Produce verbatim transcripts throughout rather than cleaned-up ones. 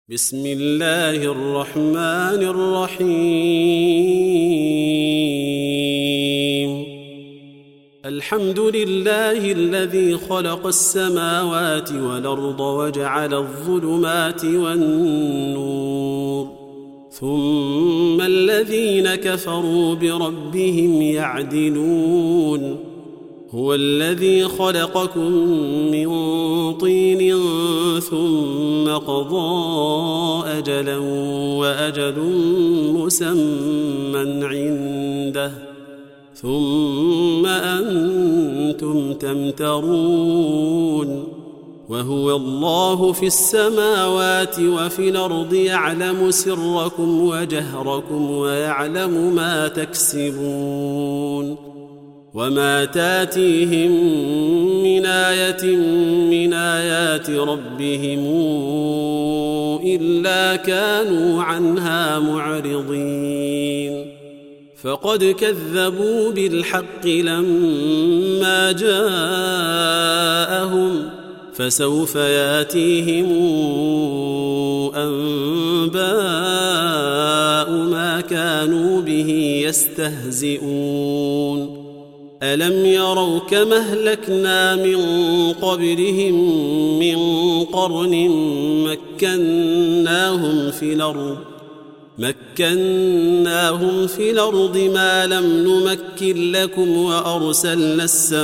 بسم الله الرحمن الرحيم. الحمد لله الذي خلق السماوات والأرض وجعل الظلمات والنور، ثم الذين كفروا بربهم يعدلون. هو الذي خلقكم من طين ثم قضى أجلا وأجل مسمى عنده، ثم أنتم تمترون. وهو الله في السماوات وفي الأرض، يعلم سركم وجهركم ويعلم ما تكسبون. وما تاتيهم من آية من آيات ربهم إلا كانوا عنها معرضين. فقد كذبوا بالحق لما جاءهم، فسوف ياتيهم أنباء ما كانوا به يستهزئون. ألم يروا كما أهلكنا من قبلهم من قرن مكناهم في الأرض مكناهم في الأرض ما لم نمكن لكم، وأرسلنا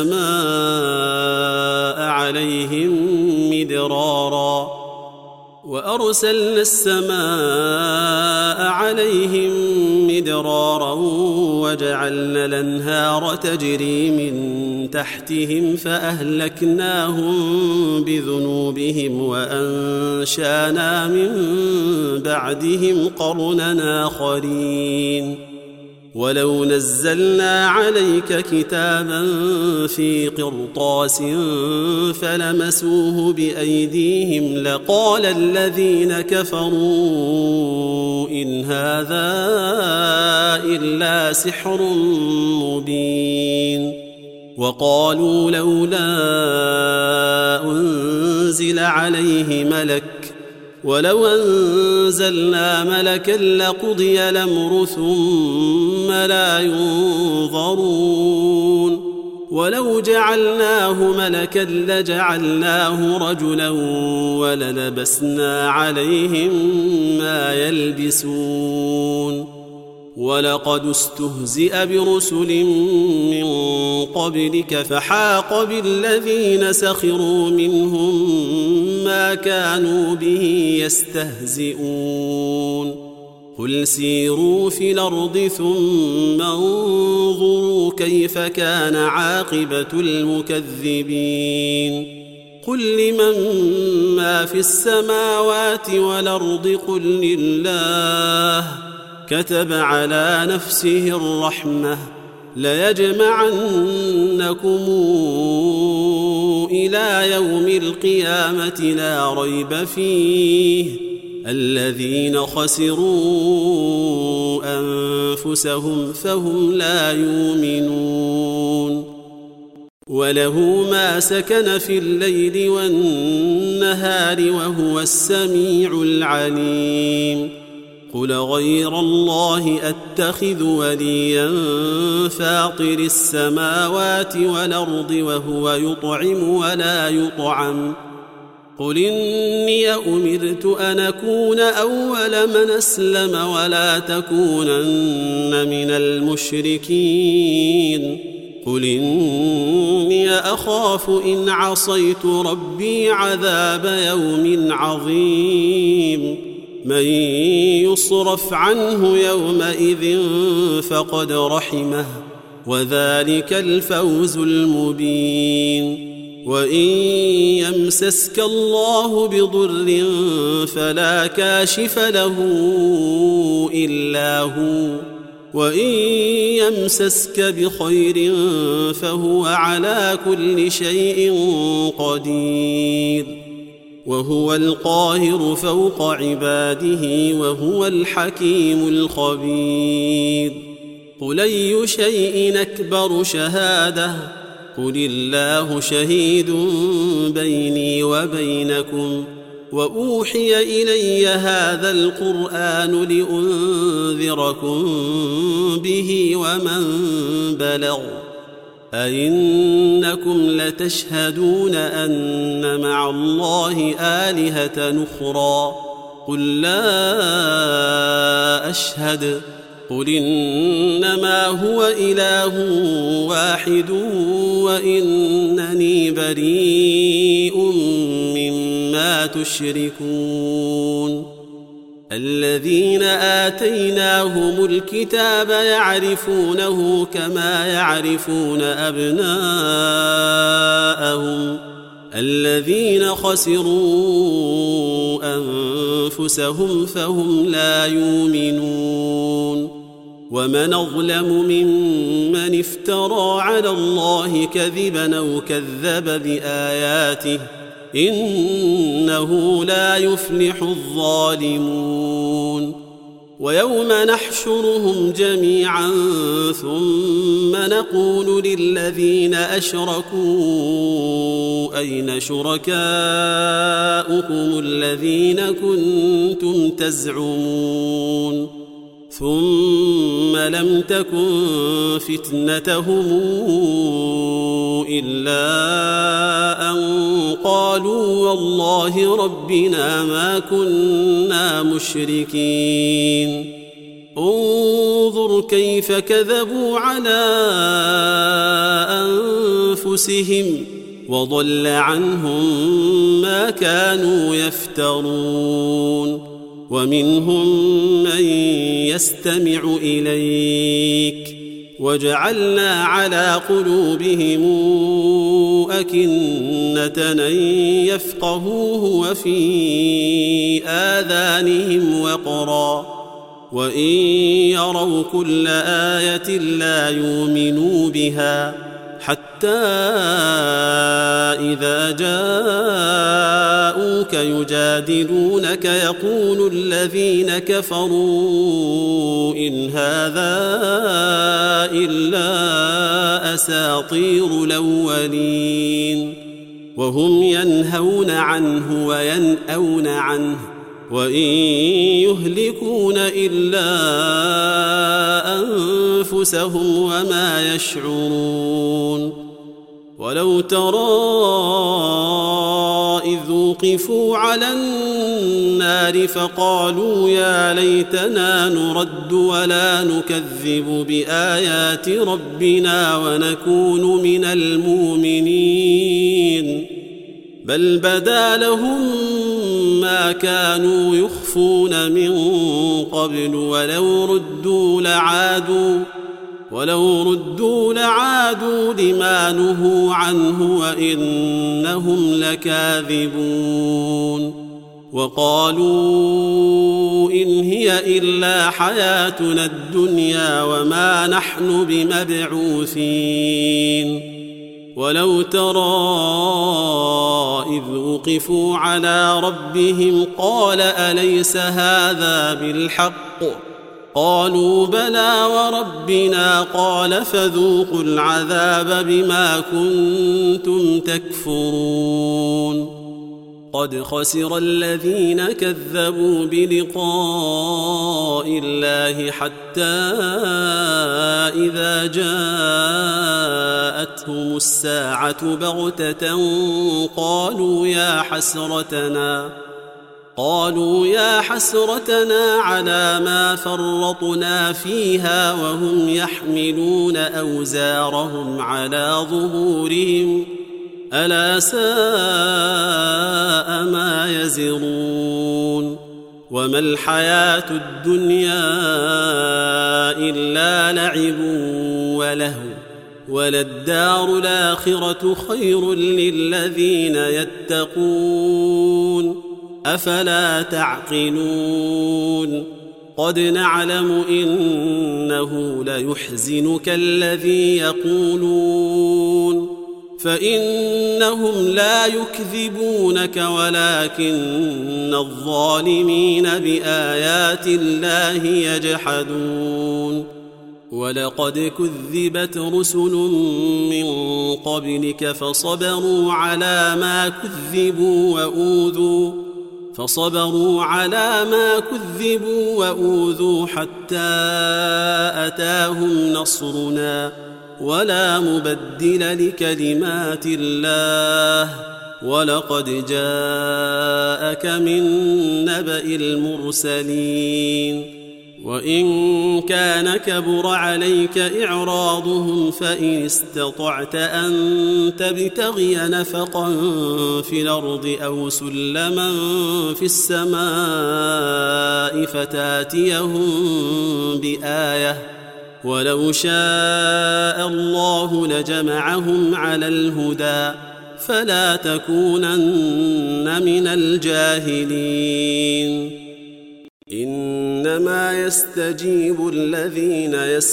السماء عليهم مدرارا وأرسلنا السماء عليهم مدرارا وجعلنا الأنهار تجري من تحتهم فأهلكناهم بذنوبهم وأنشأنا من بعدهم قرنا آخرين. ولو نزلنا عليك كتابا في قرطاس فلمسوه بأيديهم لقال الذين كفروا إن هذا إلا سحر مبين. وقالوا لولا أنزل عليه ملك، ولو أنزلنا ملكا لقضي الأمر ثم لا ينظرون. ولو جعلناه ملكا لجعلناه رجلا وللبسنا عليهم ما يلبسون. ولقد استهزئ برسل من قبلك فحاق بالذين سخروا منهم ما كانوا به يستهزئون. قل سيروا في الأرض ثم انظروا كيف كان عاقبة المكذبين. قل لمن ما في السماوات والأرض قل لله، كتب على نفسه الرحمة ليجمعنكم إلى يوم القيامة لا ريب فيه، الذين خسروا أنفسهم فهم لا يؤمنون. وله ما سكن في الليل والنهار وهو السميع العليم. قل غير الله أتخذ وليا فاطر السماوات والأرض وهو يطعم ولا يطعم. قل إني أمرت أن أكون أول من أسلم ولا تكونن من المشركين. قل إني أخاف إن عصيت ربي عذاب يوم عظيم. من يصرف عنه يومئذ فقد رحمه، وذلك الفوز المبين. وإن يمسسك الله بضر فلا كاشف له إلا هو، وإن يمسسك بخير فهو على كل شيء قدير. وهو القاهر فوق عباده وهو الحكيم الخبير. قل أي شيء أكبر شهادة؟ قل الله شهيد بيني وبينكم وأوحي إلي هذا القرآن لأنذركم به ومن بلغ أئنكم لتشهدون أن مع الله آلهة أخرى قل لا أشهد قل إنما هو إله واحد وإنني بريء مما تشركون الذين آتيناهم الكتاب يعرفونه كما يعرفون أبناءهم الذين خسروا أنفسهم فهم لا يؤمنون ومن أظلم ممن افترى على الله كذبا أو كذب بآياته إنه لا يفلح الظالمون ويوم نحشرهم جميعا ثم نقول للذين أشركوا أين شركاؤكم الذين كنتم تزعمون ثم لم تكن فتنتهم إلا أن قالوا والله ربنا ما كنا مشركين انظر كيف كذبوا على أنفسهم وضل عنهم ما كانوا يفترون ومنهم من يستمع إليك وجعلنا على قلوبهم أكنة أن يفقهوه وفي آذانهم وقرا وإن يروا كل آية لا يؤمنوا بها حتى إذا جاءوك يجادلونك يقول الذين كفروا إن هذا إلا أساطير الأولين وهم ينهون عنه وينأون عنه وإن يهلكون إلا أنفسهم وما يشعرون ولو ترى إذ وقفوا على النار فقالوا يا ليتنا نرد ولا نكذب بآيات ربنا ونكون من المؤمنين بل بدا لهم ما كانوا يخفون من قبل ولو ردوا لعادوا ولو ردوا لعادوا لما نهوا عنه وإنهم لكاذبون وقالوا إن هي إلا حياتنا الدنيا وما نحن بمبعوثين ولو ترى إذ وقفوا على ربهم قال أليس هذا بالحق قالوا بلى وربنا قال فذوقوا العذاب بما كنتم تكفرون قد خسر الذين كذبوا بلقاء الله حتى إذا جاءتهم الساعة بغتة قالوا يا حسرتنا قالوا يا حسرتنا على ما فرطنا فيها وهم يحملون أوزارهم على ظهورهم ألا ساء ما يزرون وما الحياة الدنيا إلا لعب ولهو وللدار الآخرة خير للذين يتقون أفلا تعقلون قد نعلم إنه ليحزنك الذي يقولون فإنهم لا يكذبونك ولكن الظالمين بآيات الله يجحدون ولقد كذبت رسل من قبلك فصبروا على ما كذبوا وأوذوا فصبروا على ما كذبوا وأوذوا حتى أتاهم نصرنا ولا مبدل لكلمات الله ولقد جاءك من نبأ المرسلين وإن كان كبر عليك إعراضهم فإن استطعت أن تبتغي نفقا في الأرض أو سلما في السماء فتاتيهم بآية ولو شاء الله لجمعهم على الهدى فلا تكونن من الجاهلين إنما يستجيب الذين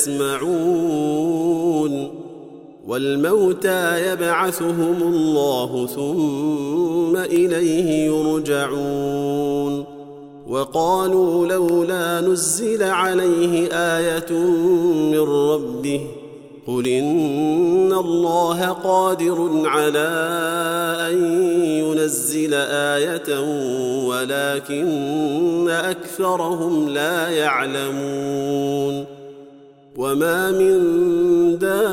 يسمعون والموتى يبعثهم الله ثم إليه يرجعون وقالوا لولا نزل عليه آية من ربه قل إن الله قادر على أن ينزل آية ولكن أكثرهم لا يعلمون وما من دابة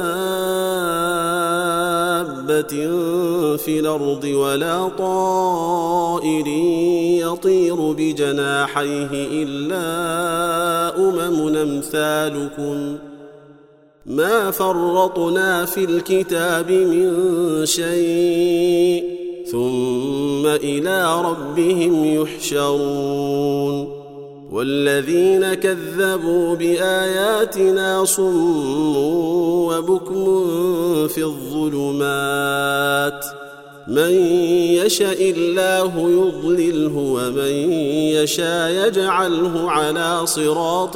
في الأرض ولا طائر يطير بجناحيه إلا أمم أمثالكم ما فرطنا في الكتاب من شيء ثم إلى ربهم يحشرون والذين كذبوا بآياتنا صم وبكم في الظلمات من يشاء الله يضلله ومن يشاء يجعله على صراط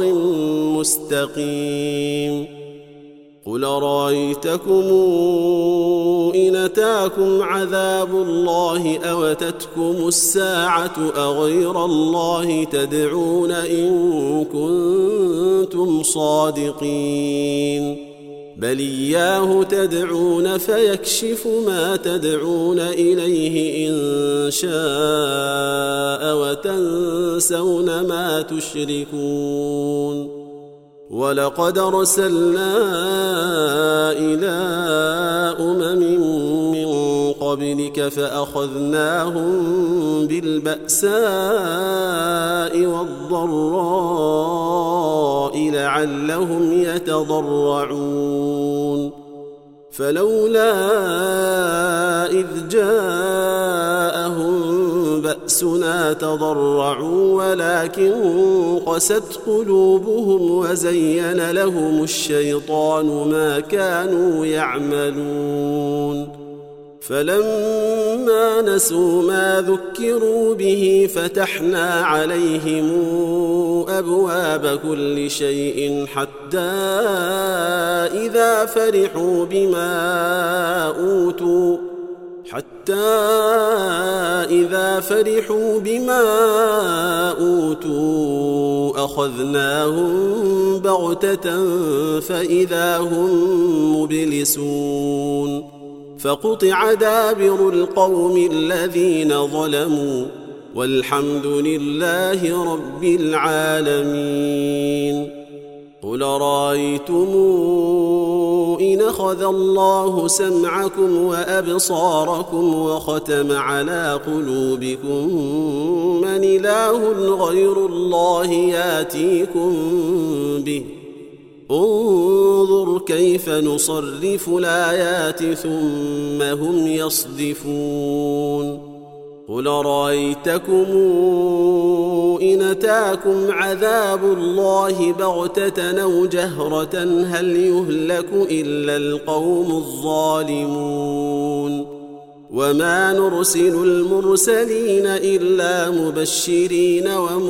مستقيم قل رأيتكم إن أتاكم عذاب الله أو أتتكم الساعة أغير الله تدعون إن كنتم صادقين بل إياه تدعون فيكشف ما تدعون إليه إن شاء وتنسون ما تشركون ولقد أرسلنا إلى أمم من قبلك فأخذناهم بالبأساء والضراء لعلهم يتضرعون فلولا إذ جاءهم بأسنا تضرعوا ولكن قست قلوبهم وزين لهم الشيطان ما كانوا يعملون فلما نسوا ما ذكروا به فتحنا عليهم أبواب كل شيء حتى إذا فرحوا بما أوتوا حتى إذا فرحوا بما أوتوا أخذناهم بغتة فإذا هم مبلسون فقطع دابر القوم الذين ظلموا والحمد لله رب العالمين قل رأيتم إن أخذ الله سمعكم وأبصاركم وختم على قلوبكم من إله غير الله ياتيكم به انظر كيف نصرف الآيات ثم هم يصدفون قل رأيتكم إن أتاكم عذاب الله بغتة أو جهرة هل يهلك إلا القوم الظالمون وما نرسل المرسلين إلا مبشرين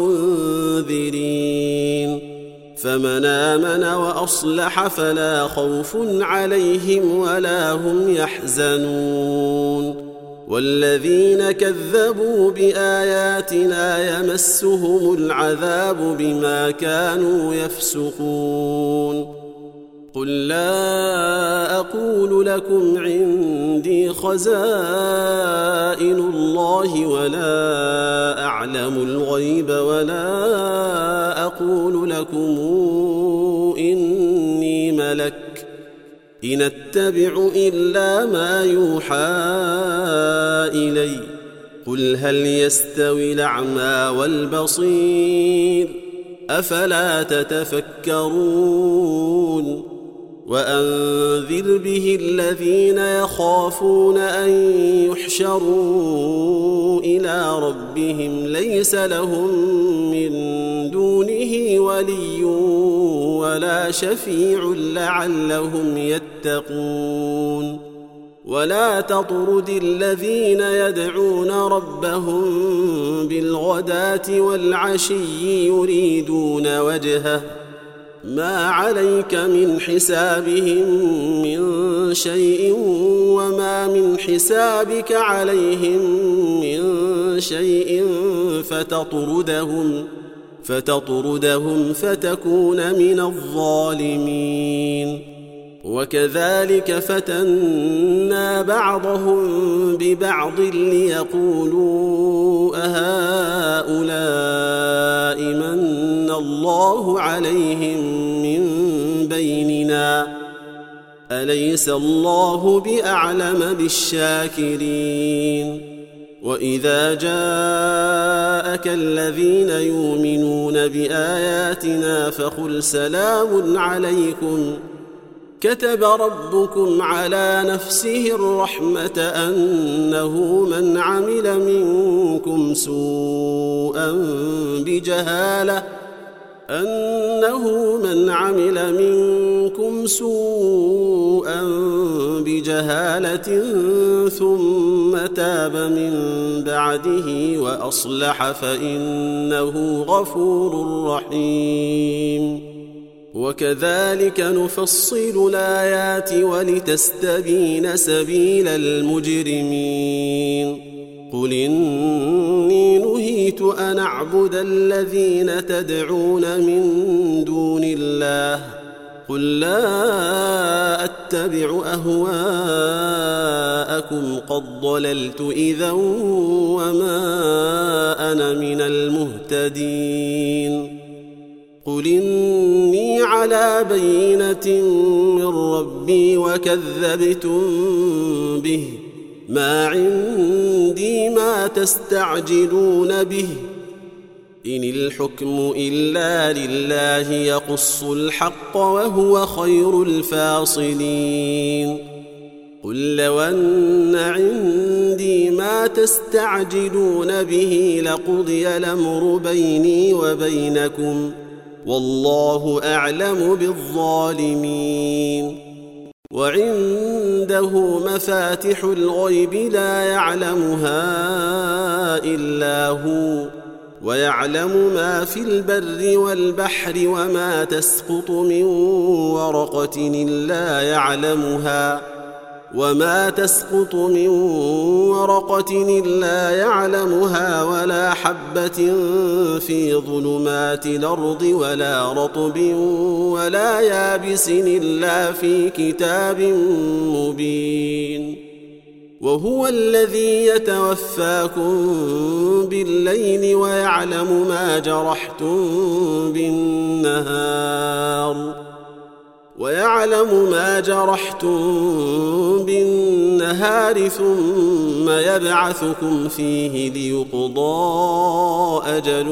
ومنذرين فمن آمن وأصلح فلا خوف عليهم ولا هم يحزنون والذين كذبوا بآياتنا يمسهم العذاب بما كانوا يفسقون قل لا أقول لكم عندي خزائن الله ولا أعلم الغيب ولا أقول لكم إني ملك إن أتبع إلا ما يوحى إلي قل هل يستوي الأعمى والبصير أفلا تتفكرون وأنذر به الذين يخافون أن يحشروا إلى ربهم ليس لهم من دونه ولي ولا شفيع لعلهم يتقون ولا تطرد الذين يدعون ربهم بالغداة والعشي يريدون وجهه ما عليك من حسابهم من شيء وما من حسابك عليهم من شيء فتطردهم فتطردهم فتكون من الظالمين وكذلك فتنا بعضهم ببعض ليقولوا أهؤلاء من الله عليهم من بيننا أليس الله بأعلم بالشاكرين وإذا جاءك الذين يؤمنون بآياتنا فقل سلام عليكم كتب ربكم على نفسه الرحمة أنه من عمل منكم سوءا بجهالة أنه من عمل منكم سوءا بجهالة ثم تاب من بعده وأصلح فإنه غفور رحيم وكذلك نفصل الآيات ولتستبين سبيل المجرمين قل إني نهيت أن أعبد الذين تدعون من دون الله قل لا أتبع أهواءكم قد ضللت إذا وما أنا من المهتدين قل إني على بينة من ربي وكذبتم به ما عندي ما تستعجلون به إن الحكم إلا لله يقص الحق وهو خير الفاصلين قل لو أن عندي ما تستعجلون به لقضي الأمر بيني وبينكم والله أعلم بالظالمين وعنده مفاتح الغيب لا يعلمها إلا هو ويعلم ما في البر والبحر وما تسقط من ورقة إلا يعلمها وما تسقط من ورقة إلا يعلمها ولا حبة في ظلمات الأرض ولا رطب ولا يابس إلا في كتاب مبين وهو الذي يتوفاكم بالليل ويعلم ما جرحتم بالنهار ويعلم ما جرحتم بالنهار ثم يبعثكم فيه ليقضى أجل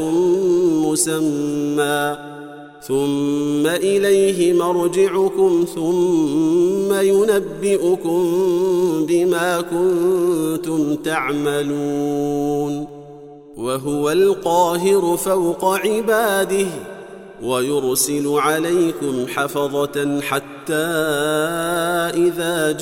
مسمى ثم إليه مرجعكم ثم ينبئكم بما كنتم تعملون وهو القاهر فوق عباده ويرسل عليكم حفظة حتى إذا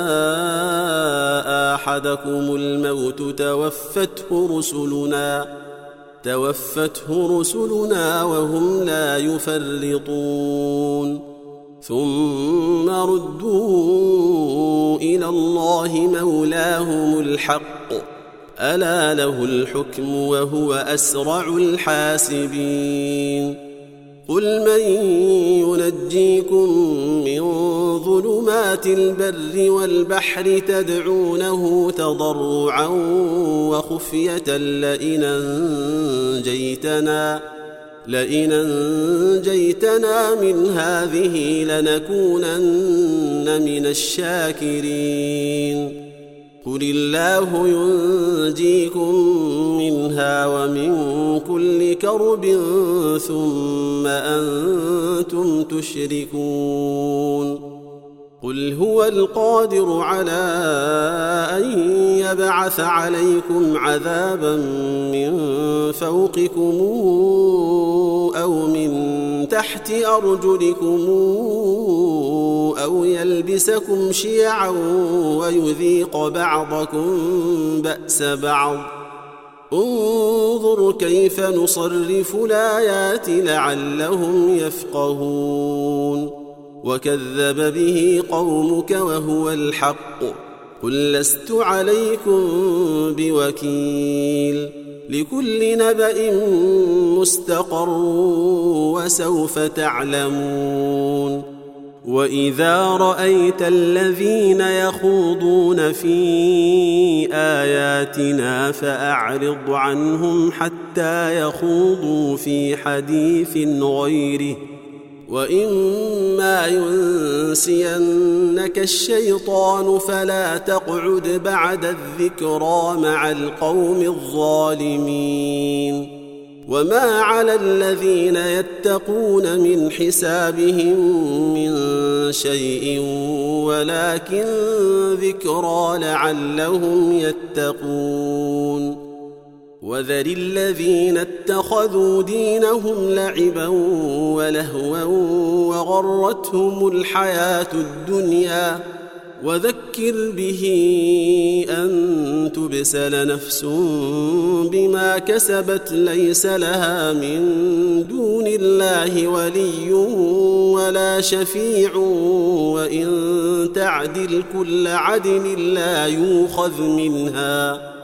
جاء أحدكم الموت توفته رسلنا توفته رسلنا وهم لا يفرطون ثم ردوا إلى الله مولاهم الحق ألا له الحكم وهو أسرع الحاسبين قل من ينجيكم من ظلمات البر والبحر تدعونه تضرعا وخفية لئن أنجيتنا لئن أنجيتنا من هذه لنكونن من الشاكرين قل الله ينجيكم منها ومن كل كرب ثم أنتم تشركون قل هو القادر على أن يبعث عليكم عذابا من فوقكم أو من تحت أرجلكم أو يلبسكم شيعا ويذيق بعضكم بأس بعض انظر كيف نصرف الآيات لعلهم يفقهون وكذب به قومك وهو الحق قل لست عليكم بوكيل لكل نبأ مستقر وسوف تعلمون وإذا رأيت الذين يخوضون في آياتنا فأعرض عنهم حتى يخوضوا في حديث غيره وإما ينسينك الشيطان فلا تقعد بعد الذكرى مع القوم الظالمين وما على الذين يتقون من حسابهم من شيء ولكن ذكرى لعلهم يتقون وذر الذين اتخذوا دينهم لعبا ولهوا وغرتهم الحياة الدنيا وذكر به أن تبسل نفس بما كسبت ليس لها من دون الله ولي ولا شفيع وإن تعدل كل عدل لا يؤخذ منها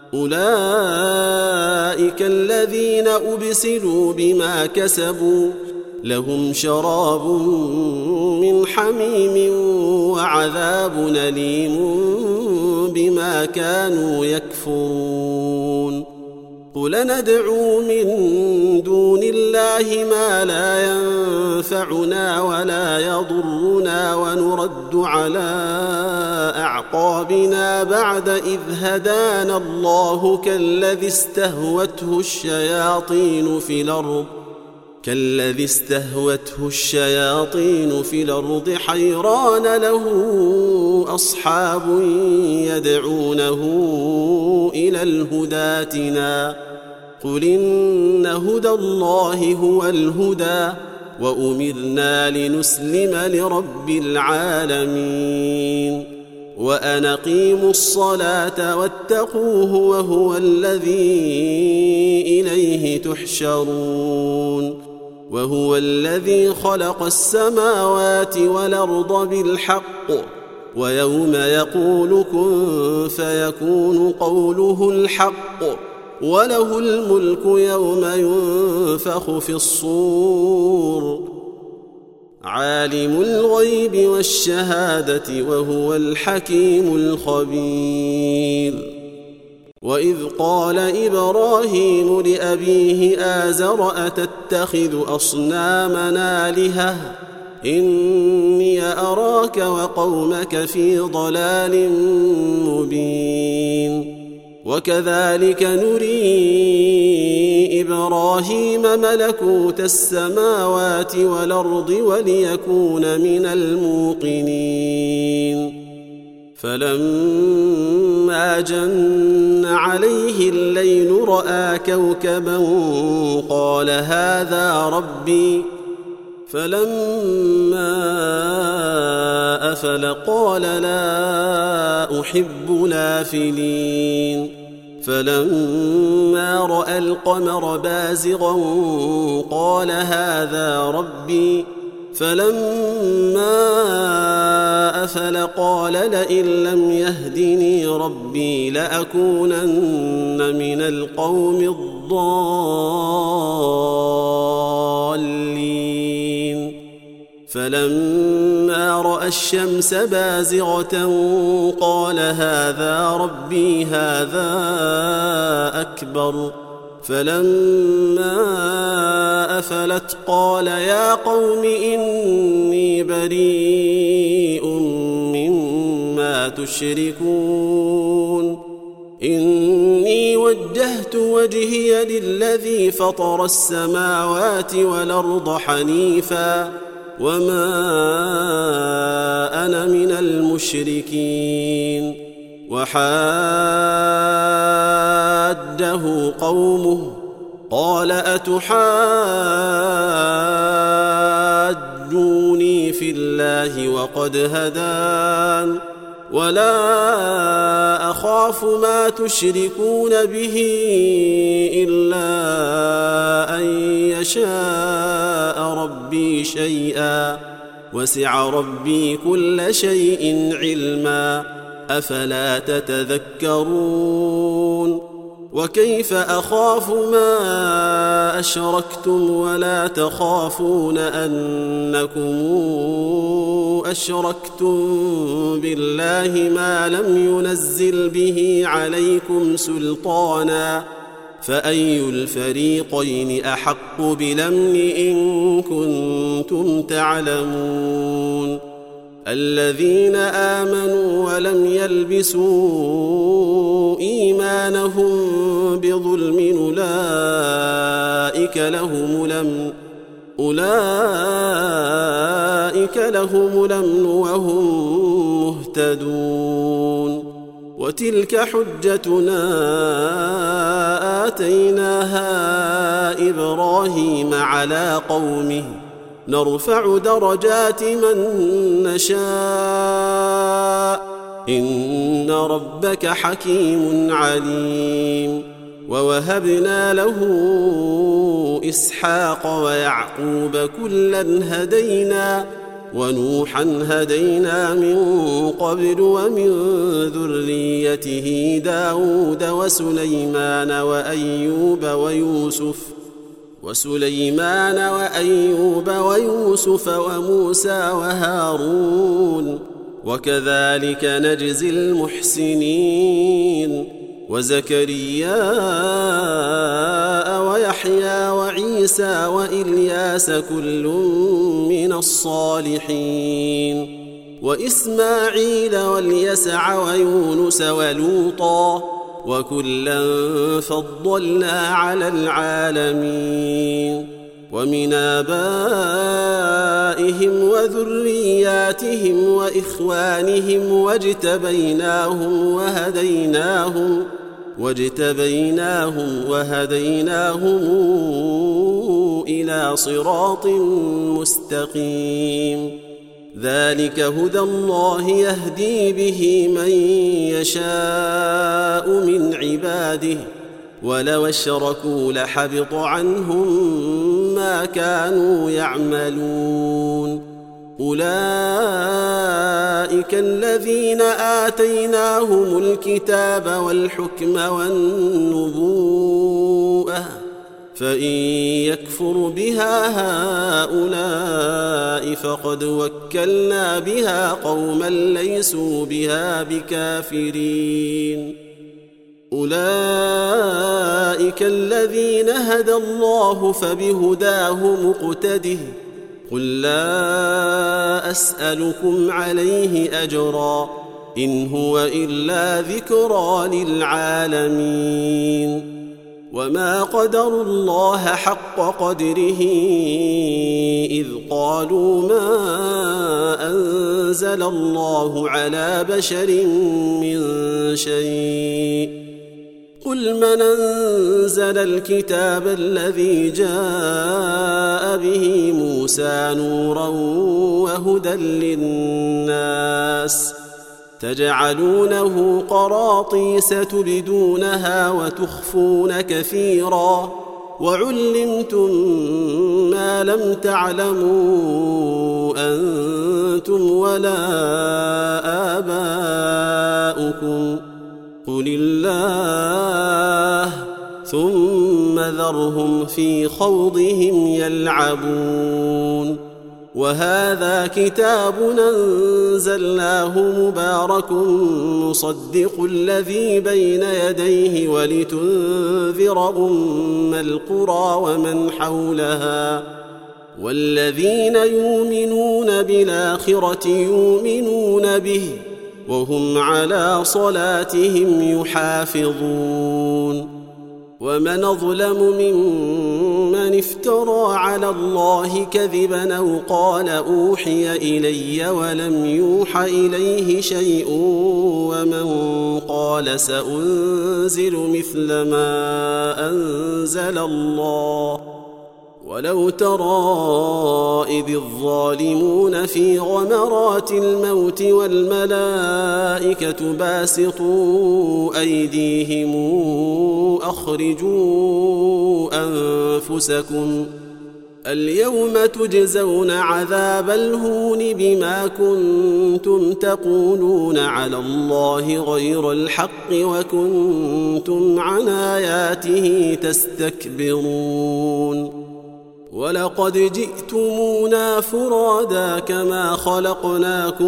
أولئك الذين أبسلوا بما كسبوا لهم شراب من حميم وعذاب أليم بما كانوا يكفرون قل ندعو من دون الله ما لا ينفعنا ولا يضرنا ونرد على أعقابنا بعد إذ هدانا الله كالذي استهوته الشياطين في الأرض كالذي استهوته الشياطين في الأرض حيران له أصحاب يدعونه إلى الهدى ائتنا قل إن هدى الله هو الهدى وأمرنا لنسلم لرب العالمين وأن أقيموا الصلاة واتقوه وهو الذي إليه تحشرون وهو الذي خلق السماوات والأرض بالحق ويوم يقول كن فيكون قوله الحق وله الملك يوم ينفخ في الصور عالم الغيب والشهادة وهو الحكيم الخبير وإذ قال إبراهيم لأبيه آزر أتتخذ أصنامنا آلهة إني أراك وقومك في ضلال مبين وكذلك نري إبراهيم ملكوت السماوات والأرض وليكون من الموقنين فلما جن عليه الليل رأى كوكبا قال هذا ربي فلما أفل قال لا أحب الآفلين فلما رأى القمر بازغا قال هذا ربي فلما أفل قال لئن لم يهدني ربي لأكونن من القوم الضالين فلما رأى الشمس بازغة قال هذا ربي هذا أكبر فلما أفلت قال يا قوم إني بريء مما تشركون إني وجهت وجهي للذي فطر السماوات والأرض حنيفا وما أنا من المشركين وحاده قومه قال أتحاجوني في الله وقد هدان ولا أخاف ما تشركون به إلا أن يشاء ربي شيئا وسع ربي كل شيء علما أفلا تتذكرون وكيف أخاف ما أشركتم ولا تخافون أنكم أشركتم بالله ما لم ينزل به عليكم سلطانا فأي الفريقين أحق بالأمن إن كنتم تعلمون الذين آمنوا ولم يلبسوا إيمانهم بظلم أولئك لهم الأمن أولئك لهم الأمن وهم مهتدون وتلك حجتنا آتيناها إبراهيم على قومه نرفع درجات من نشاء إن ربك حكيم عليم ووهبنا له إسحاق ويعقوب كلا هدينا ونوحا هدينا من قبل ومن ذريته داود وسليمان وأيوب ويوسف وسليمان وأيوب ويوسف وموسى وهارون وكذلك نجزي المحسنين وزكريا ويحيى وعيسى وإلياس كل من الصالحين وإسماعيل واليسع ويونس ولوطا وكلا فضلنا على العالمين ومن آبائهم وذرياتهم وإخوانهم واجتبيناهم وهديناهم واجتبيناهم وهديناهم إلى صراط مستقيم ذلك هدى الله يهدي به من يشاء من عباده ولو اشركوا لحبط عنهم ما كانوا يعملون أولئك الذين آتيناهم الكتاب والحكم والنبوءة فإن يكفر بها هؤلاء فقد وكلنا بها قوما ليسوا بها بكافرين أولئك الذين هدى الله فبهداه مقتده قل لا أسألكم عليه أجرا إن هو إلا ذكرى للعالمين وما قدروا الله حق قدره إذ قالوا ما أنزل الله على بشر من شيء قل من أنزل الكتاب الذي جاء به موسى نورا وهدى للناس تجعلونه قراطيس تبدونها وتخفون كثيرا وعلمتم ما لم تعلموا أنتم ولا آباؤكم قل الله ثم ذرهم في خوضهم يلعبون وهذا كتاب أنزلناه مبارك مصدق الذي بين يديه ولتنذر أم القرى ومن حولها والذين يؤمنون بالآخرة يؤمنون به وهم على صلاتهم يحافظون ومن أظلم ممن افترى على الله كذبا أو قال أوحي إلي ولم يوح إليه شيء ومن قال سأنزل مثل ما أنزل الله ولو ترى إذ الظالمون في غمرات الموت والملائكة باسطوا أيديهم أخرجوا أنفسكم اليوم تجزون عذاب الهون بما كنتم تقولون على الله غير الحق وكنتم عن آياته تستكبرون ولقد جئتمونا فرادا كما خلقناكم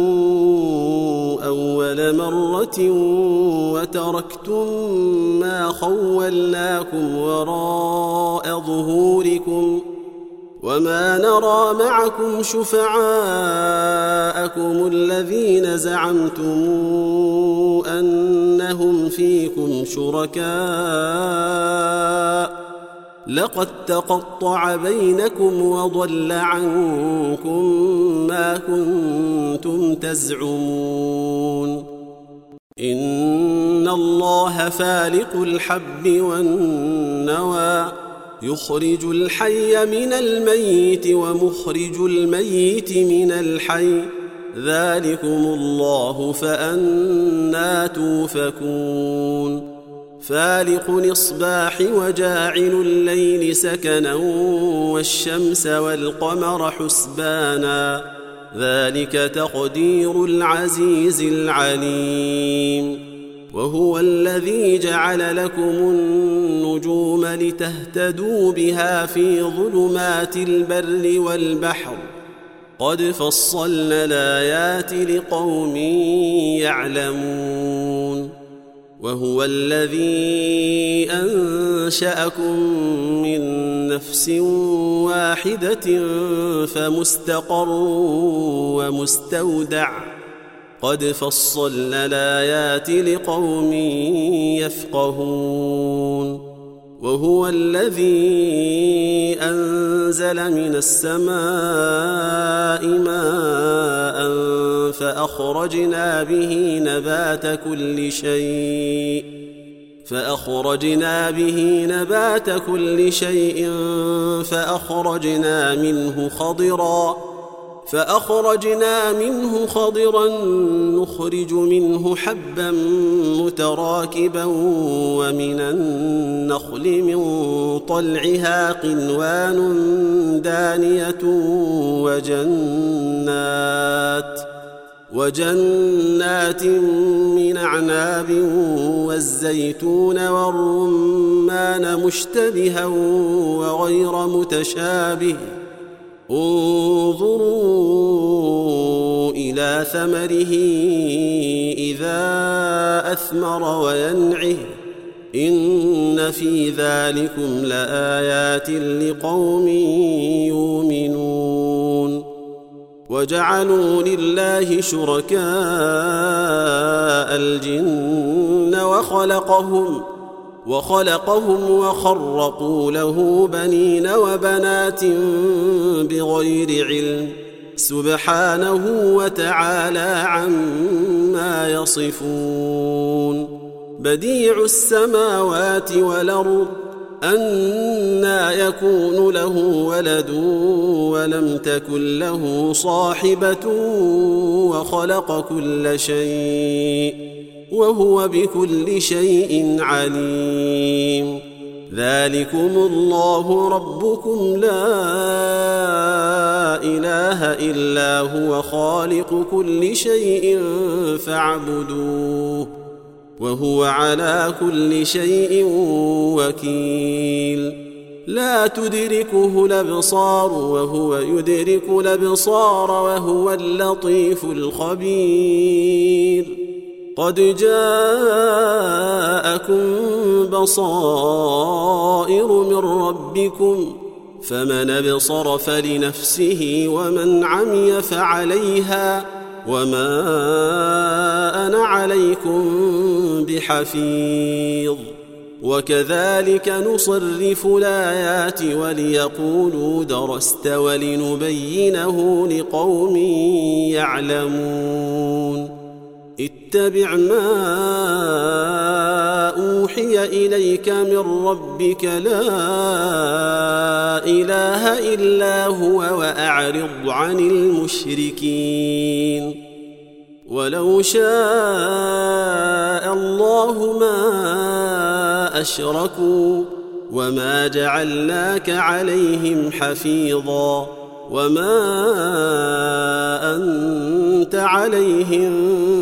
أول مرة وتركتم ما خولناكم وراء ظهوركم وما نرى معكم شفعاءكم الذين زعمتم أنهم فيكم شركاء لقد تقطع بينكم وضل عنكم ما كنتم تزعمون إن الله فالق الحب والنوى يخرج الحي من الميت ومخرج الميت من الحي ذلكم الله فأنى توفكون فالق الإصباح وجاعل الليل سكنا والشمس والقمر حسبانا ذلك تقدير العزيز العليم وهو الذي جعل لكم النجوم لتهتدوا بها في ظلمات البر والبحر قد فصلنا الآيات لقوم يعلمون وهو الذي أنشأكم من نفس واحدة فمستقر ومستودع قد فصلنا الآيات لقوم يفقهون وهو الذي أنزل من السماء ماء فأخرجنا به نبات كل شيء فأخرجنا به نبات كل شيء فأخرجنا منه خضرا فأخرجنا منه خضرا نخرج منه حبا متراكبا ومن النخل من طلعها قنوان دانية وجنات وجنات من أعناب والزيتون والرمان مشتبها وغير متشابه انظروا إلى ثمره إذا أثمر وينعه إن في ذلكم لآيات لقوم يؤمنون وجعلوا لله شركاء الجن وخلقهم وخلقهم وخرقوا له بنين وبنات بغير علم سبحانه وتعالى عما يصفون بديع السماوات والأرض أنى يكون له ولد ولم تكن له صاحبة وخلق كل شيء وهو بكل شيء عليم ذلكم الله ربكم لا إله إلا هو خالق كل شيء فاعبدوه وهو على كل شيء وكيل لا تدركه الأبصار وهو يدرك الأبصار وهو اللطيف الخبير. قد جاءكم بصائر من ربكم فمن أبصر فلنفسه ومن عمي فعليها وما أنا عليكم بحفيظ. وكذلك نصرف الآيات وليقولوا درست ولنبينه لقوم يعلمون. اتبع ما أوحي إليك من ربك لا إله إلا هو وأعرض عن المشركين. ولو شاء الله ما أشركوا وما جعلناك عليهم حفيظا وما أنت عليهم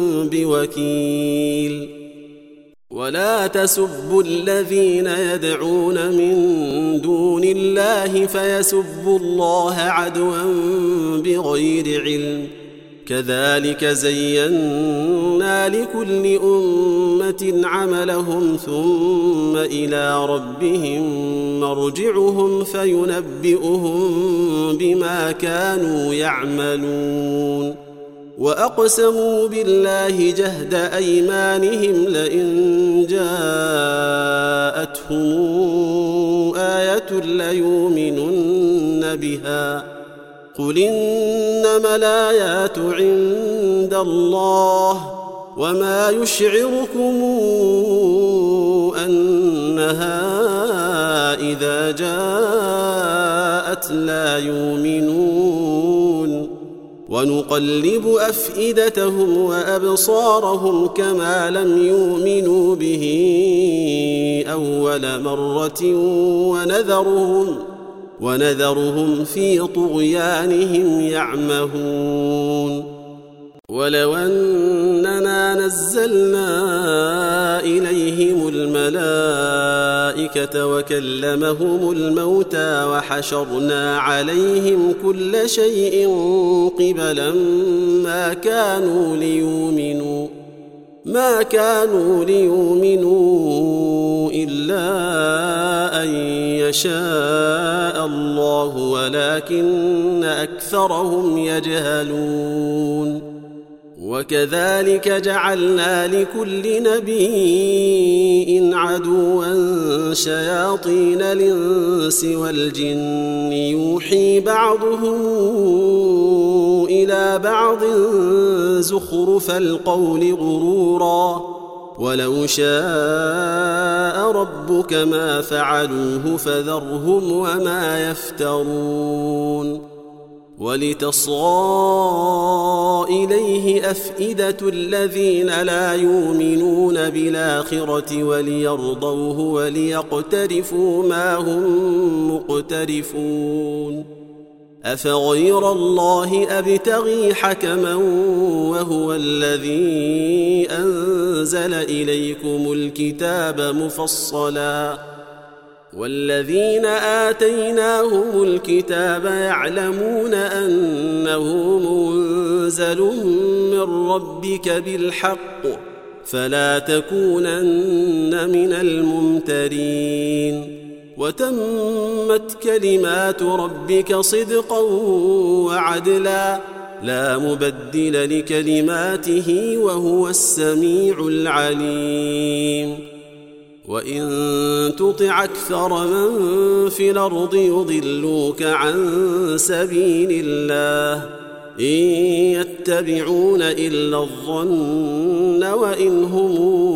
بوكيل. ولا تسبوا الذين يدعون من دون الله فيسبوا الله عدوا بغير علم. كذلك زينا لكل أمة عملهم ثم إلى ربهم مرجعهم فينبئهم بما كانوا يعملون. وأقسموا بالله جهد أيمانهم لئن جاءتهم آية ليؤمنن بها قل إنما الآيات عند الله وما يشعركم أنها إذا جاءت لا يؤمنون. ونقلب أفئدتهم وأبصارهم كما لم يؤمنوا به أول مرة ونذرهم ونذرهم في طغيانهم يعمهون. ولو أننا نزلنا إليهم الملائكة وكلمهم الموتى وحشرنا عليهم كل شيء قبلا ما كانوا ليؤمنوا ما كانوا ليؤمنوا إلا أن يشاء الله ولكن أكثرهم يجهلون. وكذلك جعلنا لكل نبي عدوا شياطين الإنس والجن يوحي بعضهم إلى بعض زخرف القول غرورا ولو شاء ربك ما فعلوه فذرهم وما يفترون. ولتصغى إليه أفئدة الذين لا يؤمنون بالآخرة وليرضوه وليقترفوا ما هم مقترفون. أفغير الله أبتغي حكما وهو الذي أنزل إليكم الكتاب مفصلا والذين آتيناهم الكتاب يعلمون أنه منزل من ربك بالحق فلا تكونن من الممترين. وتمت كلمات ربك صدقا وعدلا لا مبدل لكلماته وهو السميع العليم. وإن تطع أكثر من في الأرض يضلوك عن سبيل الله إن يتبعون إلا الظن وإن هم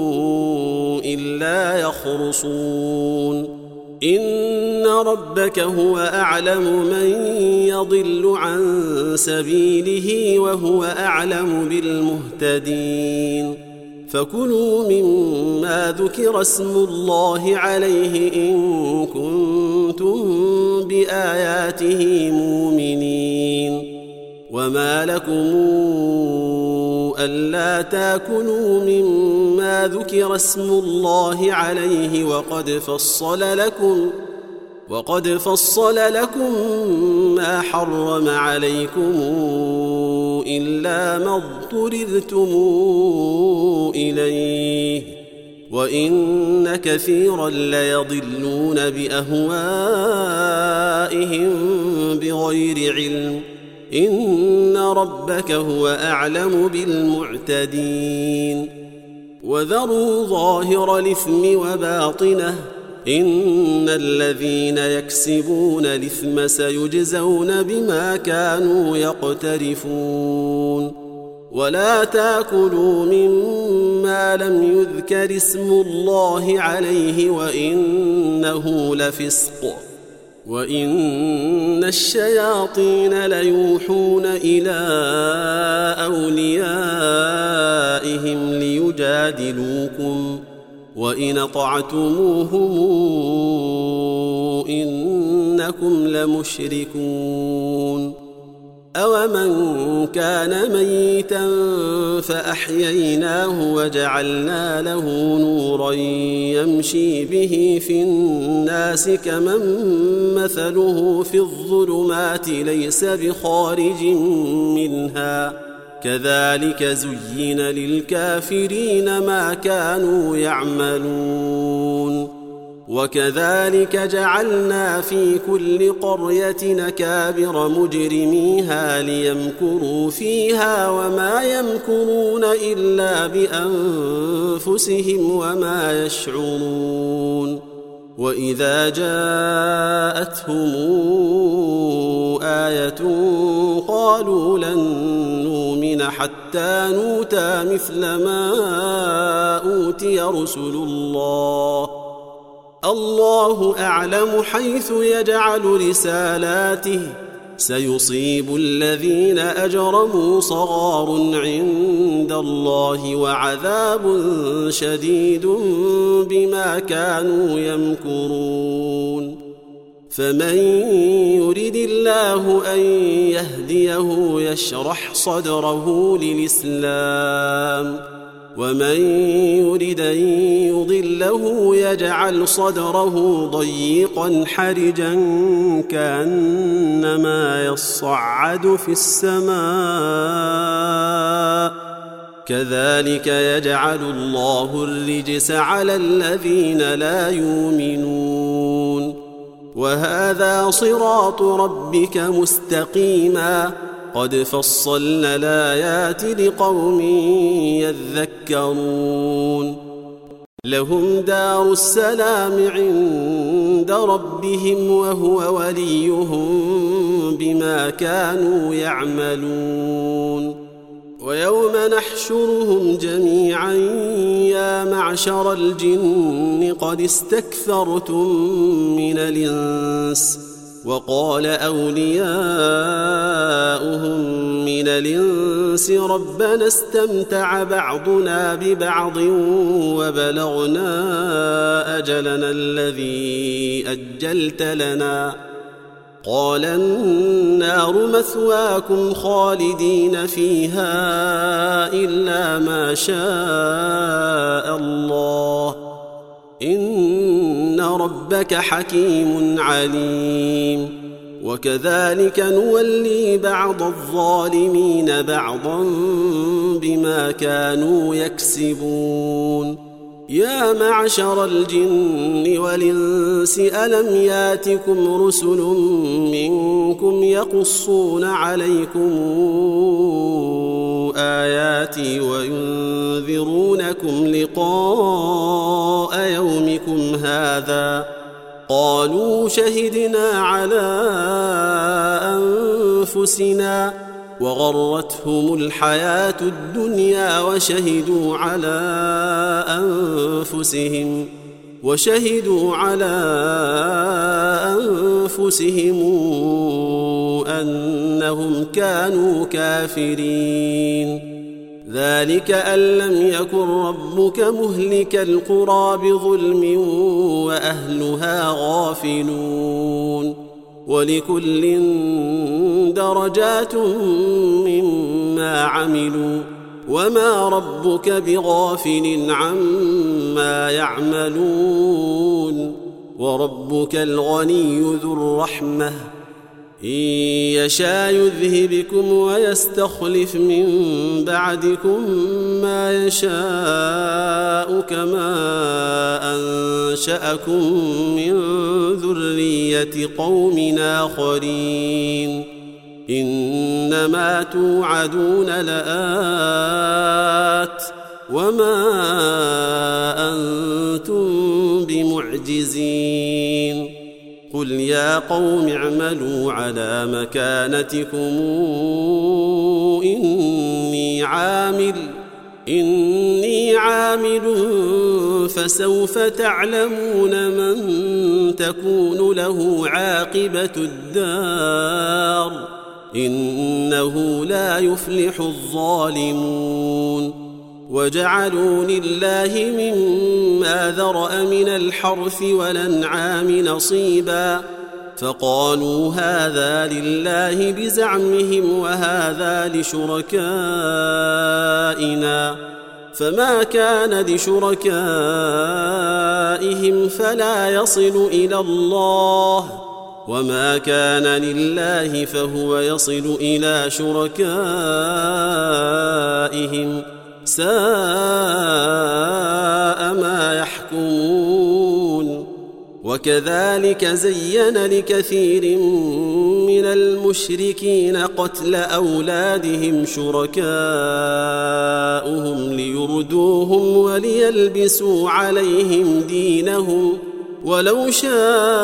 إلا يخرصون. إن ربك هو أعلم من يضل عن سبيله وهو أعلم بالمهتدين. فكلوا مما ذكر اسم الله عليه إن كنتم بآياته مؤمنين. وما لكم ألا تاكلوا مما ذكر اسم الله عليه وقد فصل لكم وقد فصل لكم ما حرم عليكم إلا ما اضطررتم إليه وإن كثيرا ليضلون بأهوائهم بغير علم إن ربك هو أعلم بالمعتدين وذروا ظاهر الإثم وباطنه إن الذين يكسبون الإثم سيجزون بما كانوا يقترفون ولا تأكلوا مما لم يذكر اسم الله عليه وإنه لفسق وإن الشياطين ليوحون إلى أوليائهم ليجادلوكم وإن أطعتموهم إنكم لمشركون أومن كان ميتا فأحييناه وجعلنا له نورا يمشي به في الناس كمن مثله في الظلمات ليس بخارج منها كذلك زين للكافرين ما كانوا يعملون وكذلك جعلنا في كل قرية أكابر مجرميها ليمكروا فيها وما يمكرون إلا بأنفسهم وما يشعرون وإذا جاءتهم آية قالوا لن نؤمن حتى نؤتى مثل ما أوتي رسل الله الله أعلم حيث يجعل رسالاته سيصيب الذين أجرموا صغار عند الله وعذاب شديد بما كانوا يمكرون فمن يرد الله أن يهديه يشرح صدره للإسلام ومن يرد أن يضله يجعل صدره ضيقا حرجا كأنما يصعد في السماء كذلك يجعل الله الرجس على الذين لا يؤمنون وهذا صراط ربك مستقيما قد فصلنا الآيات لقوم يذكرون لهم دار السلام عند ربهم وهو وليهم بما كانوا يعملون ويوم نحشرهم جميعا يا معشر الجن قد استكثرتم من الإنس وقال أولياؤهم من الإنس ربنا استمتع بعضنا ببعض وبلغنا أجلنا الذي أجلت لنا قال النار مثواكم خالدين فيها إلا ما شاء الله إن ربك حكيم عليم وكذلك نولي بعض الظالمين بعضا بما كانوا يكسبون يا معشر الجن والإنس ألم ياتكم رسل منكم يقصون عليكم آياتي وينذرونكم لقاء يومكم هذا قالوا شهدنا على أنفسنا وغرتهم الحياة الدنيا وشهدوا على أنفسهم وشهدوا على أنفسهم أنهم كانوا كافرين ذلك أن لم يكن ربك مهلك القرى بظلم وأهلها غافلون ولكل درجات مما عملوا وما ربك بغافل عما يعملون وربك الغني ذو الرحمة إن يشاء يذهبكم ويستخلف من بعدكم ما يشاء كما أنشأكم من ذرية قوم آخرين إنما توعدون لآت وما أنتم بمعجزين قل يا قوم اعملوا على مكانتكم إني عامل إني عامل فسوف تعلمون من تكون له عاقبة الدار إنه لا يفلح الظالمون وجعلوا لله مما ذرأ من الحرث والأنعام نصيبا فقالوا هذا لله بزعمهم وهذا لشركائنا فما كان لشركائهم فلا يصل إلى الله وما كان لله فهو يصل إلى شركائهم ساء ما يحكمون وكذلك زين لكثير من المشركين قتل أولادهم شركاؤهم ليردوهم وليلبسوا عليهم دينهم ولو شاء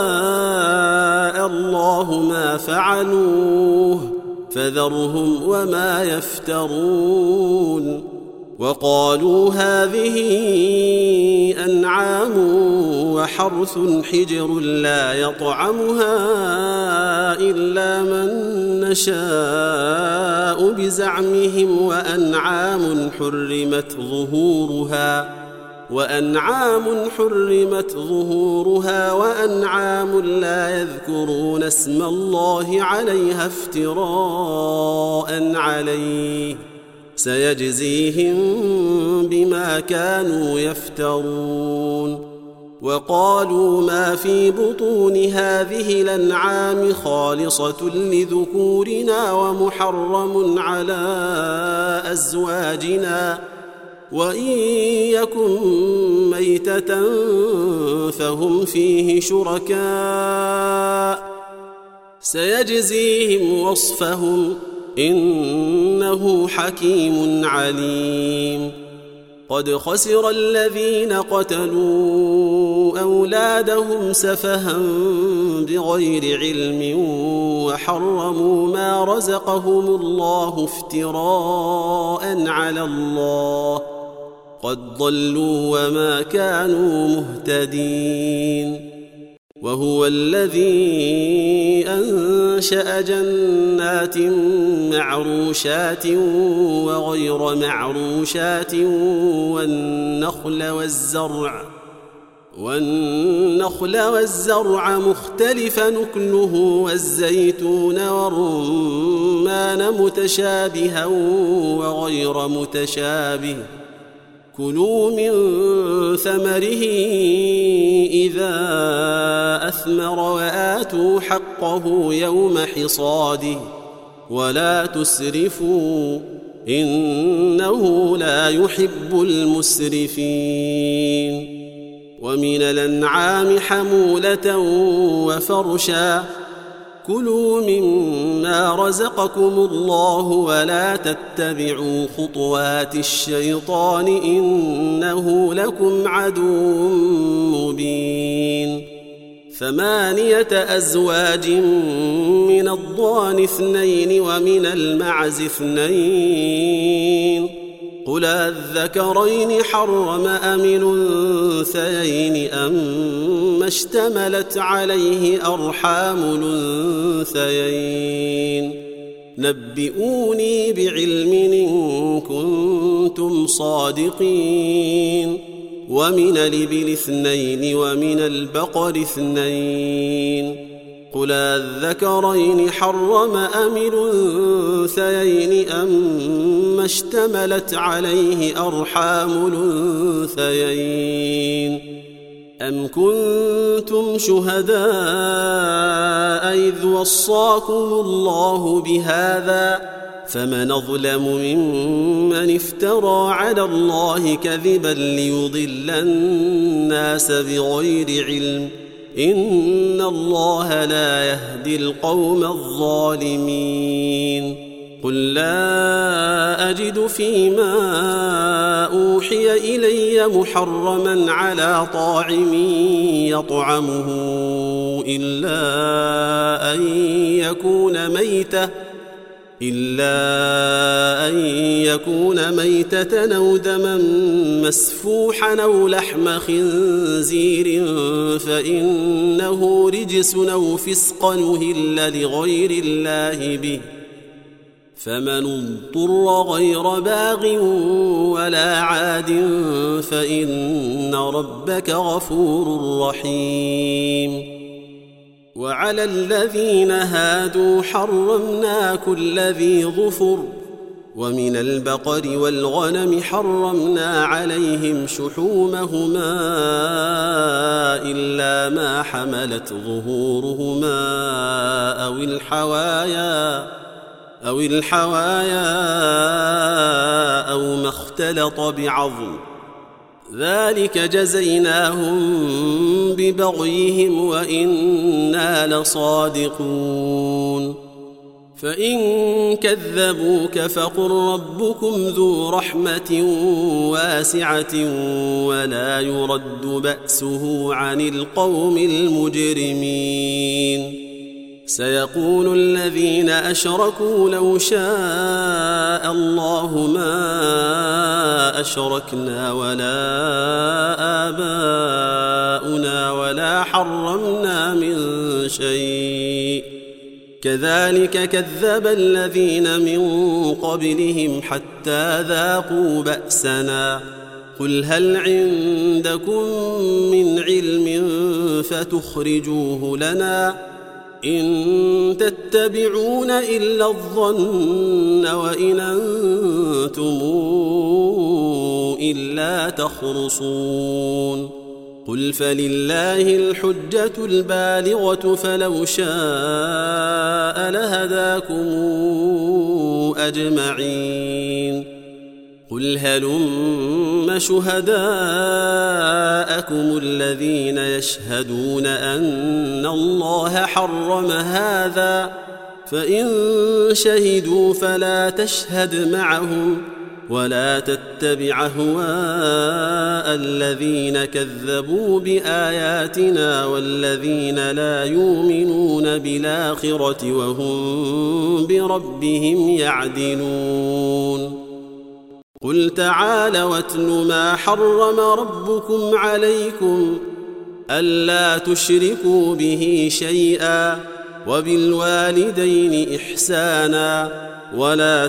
الله ما فعلوه فذرهم وما يفترون وقالوا هذه أنعام وحرث حجر لا يطعمها إلا من نشاء بزعمهم وأنعام حرمت ظهورها وأنعام حرمت ظهورها وأنعام لا يذكرون اسم الله عليها افتراء عليه سيجزيهم بما كانوا يفترون وقالوا ما في بطون هذه الأنعام خالصة لذكورنا ومحرم على أزواجنا وإن يكن ميتة فهم فيه شركاء سيجزيهم وصفهم إنه حكيم عليم قد خسر الذين قتلوا أولادهم سفها بغير علم وحرموا ما رزقهم الله افتراء على الله قد ضلوا وما كانوا مهتدين وهو الذي أنشأ جنات معروشات وغير معروشات والنخل والزرع والنخل والزرع مختلف نكله والزيتون والرمان متشابها وغير متشابه كلوا من ثمره إذا أثمر وآتوا حقه يوم حصاده ولا تسرفوا إنه لا يحب المسرفين ومن الأنعام حمولة وفرشا كلوا مما رزقكم الله ولا تتبعوا خطوات الشيطان إنه لكم عدو مبين ثمانية أزواج من الضأن اثنين ومن المعز اثنين قل الذكرين حرم أم الأنثيين أم اشتملت عليه أرحام الأنثيين نبئوني بعلم إن كنتم صادقين ومن الإبل اثنين ومن البقر اثنين قل الذكرين حرم أم الأنثيين أم اشتملت عليه أرحام الأنثيين أم كنتم شهداء إذ وصاكم الله بهذا فمن أظلم ممن افترى على الله كذبا ليضل الناس بغير علم إن الله لا يهدي القوم الظالمين قل لا أجد فيما أوحي إلي محرما على طاعم يطعمه إلا أن يكون ميتة إلا أن يكون ميتة أو دما مسفوحا أو لحم خنزير فإنه رجس أو فسقا أهل لغير الله به فمن اضطر غير باغ ولا عاد فإن ربك غفور رحيم وعلى الذين هادوا حرمنا كل ذي ظفر ومن البقر والغنم حرمنا عليهم شحومهما إلا ما حملت ظهورهما أو الحوايا أو الحوايا أو ما اختلط بعظم ذلك جزيناهم ببغيهم وإنا لصادقون فإن كذبوك فقل ربكم ذو رحمة واسعة ولا يرد بأسه عن القوم المجرمين سيقول الذين أشركوا لو شاء الله ما أشركنا ولا آباؤنا ولا حرمنا من شيء كذلك كذب الذين من قبلهم حتى ذاقوا بأسنا قل هل عندكم من علم فتخرجوه لنا إن تتبعون إلا الظن وإن أنتم إلا تخرصون قل فلله الحجة البالغة فلو شاء لهداكم أجمعين قل هلم شهداءكم الذين يشهدون أن الله حرم هذا فإن شهدوا فلا تشهد معهم ولا تتبع أهواء الذين كذبوا بآياتنا والذين لا يؤمنون بالآخرة وهم بربهم يعدلون قل تعالوا واتل ما حرم ربكم عليكم ألا تشركوا به شيئا وبالوالدين إحسانا ولا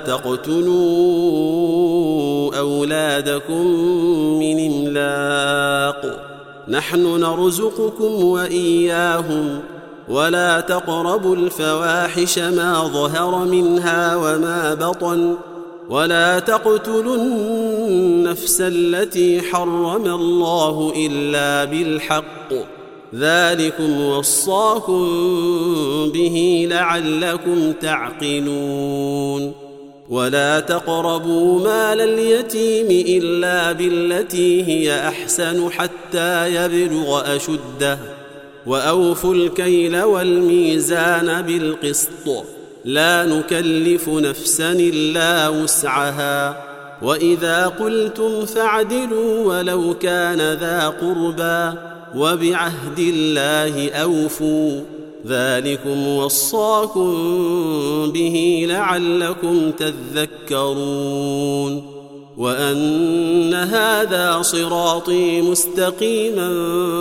تقتلوا أولادكم من إملاق نحن نرزقكم وإياهم ولا تقربوا الفواحش ما ظهر منها وما بطن ولا تقتلوا النفس التي حرم الله إلا بالحق ذلكم وصاكم به لعلكم تعقلون ولا تقربوا مال اليتيم إلا بالتي هي أحسن حتى يبلغ أشده وأوفوا الكيل والميزان بالقسط لا نكلف نفسا إلا وسعها وإذا قلتم فاعدلوا ولو كان ذا قربى وبعهد الله أوفوا ذلكم وصاكم به لعلكم تذكرون وأن هذا صراطي مستقيما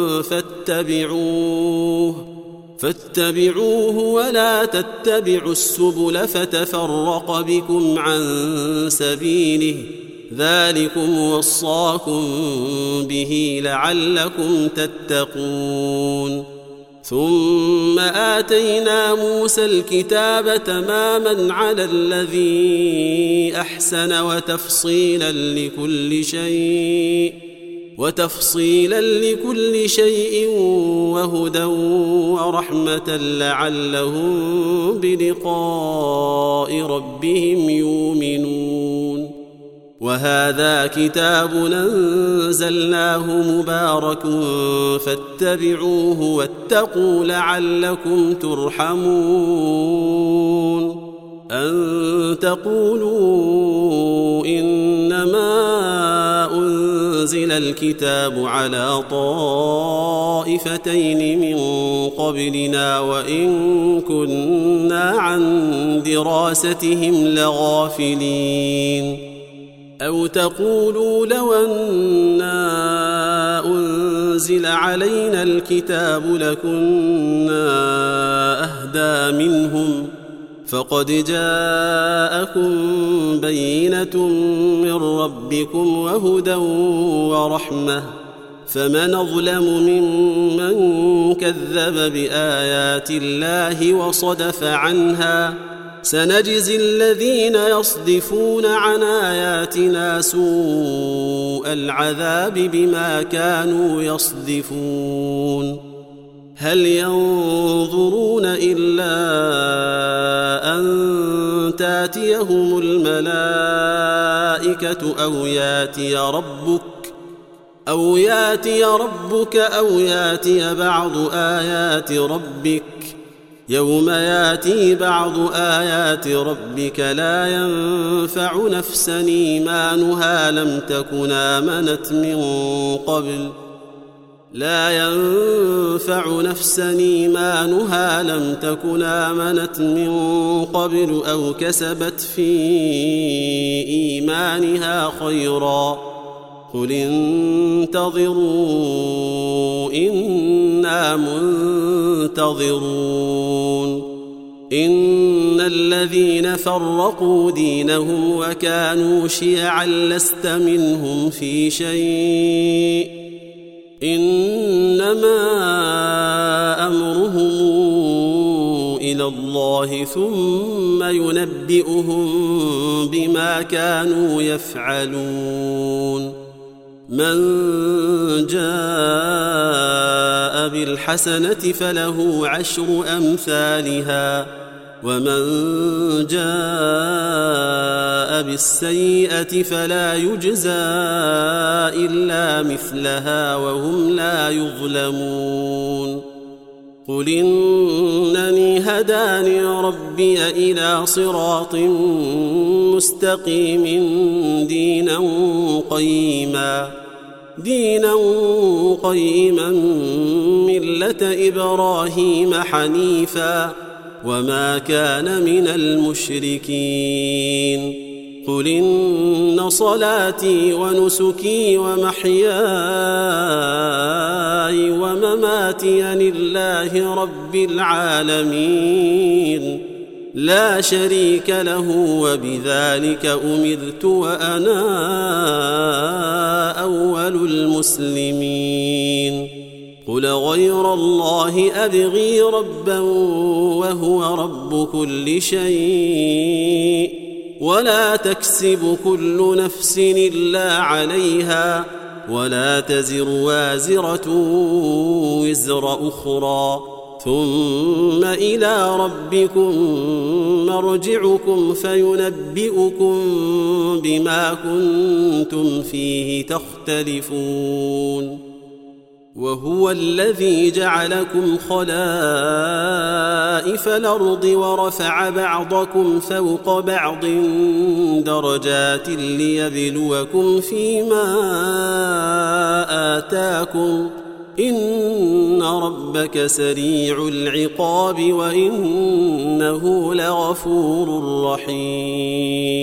فاتبعوه فاتبعوه ولا تتبعوا السبل فتفرق بكم عن سبيله ذلكم وصاكم به لعلكم تتقون ثم آتينا موسى الكتاب تماما على الذي أحسن وتفصيلا لكل شيء وتفصيلا لكل شيء وهدى ورحمة لعلهم بلقاء ربهم يؤمنون. وهذا كتاب أنزلناه مبارك فاتبعوه واتقوا لعلكم ترحمون. أن تقولوا إنما أنزل الكتاب على طائفتين من قبلنا وإن كنا عن دراستهم لغافلين. أو تقولوا لو أنا أنزل علينا الكتاب لكنا أهدى منهم فقد جاءكم بينة من ربكم وهدى ورحمة فمن أظلم ممن كذب بآيات الله وصدف عنها سنجزي الذين يصدفون عن آياتنا سوء العذاب بما كانوا يصدفون. هل ينظرون إلا أن تاتيهم الملائكة أو ياتي ربك أو ياتي ربك أو ياتي بعض آيات ربك يوم ياتي بعض آيات ربك لا ينفع نفسا إيمانها لم تكن آمنت من قبل لا ينفع نفسا إيمانها لم تكن آمنت من قبل أو كسبت في إيمانها خيرا قل انتظروا إنا منتظرون. إن الذين فرقوا دينهم وكانوا شيعا لست منهم في شيء إنما أمرهم إلى الله ثم ينبئهم بما كانوا يفعلون. من جاء بالحسنة فله عشر أمثالها ومن جاء بالسيئة فلا يجزى إلا مثلها وهم لا يظلمون. قل إنني هداني ربي إلى صراط مستقيم دينا قيما دينا قيما ملة إبراهيم حنيفا وما كان من المشركين. قل إن صلاتي ونسكي ومحياي ومماتي لله رب العالمين لا شريك له وبذلك أمرت وأنا أول المسلمين. قل غير الله أبغي ربا وهو رب كل شيء ولا تكسب كل نفس إلا عليها ولا تزر وازرة وزر أخرى ثم إلى ربكم مرجعكم فينبئكم بما كنتم فيه تختلفون. وهو الذي جعلكم خلائف الأرض ورفع بعضكم فوق بعض درجات ليبلوكم فيما آتاكم إن ربك سريع العقاب وإنه لغفور رحيم.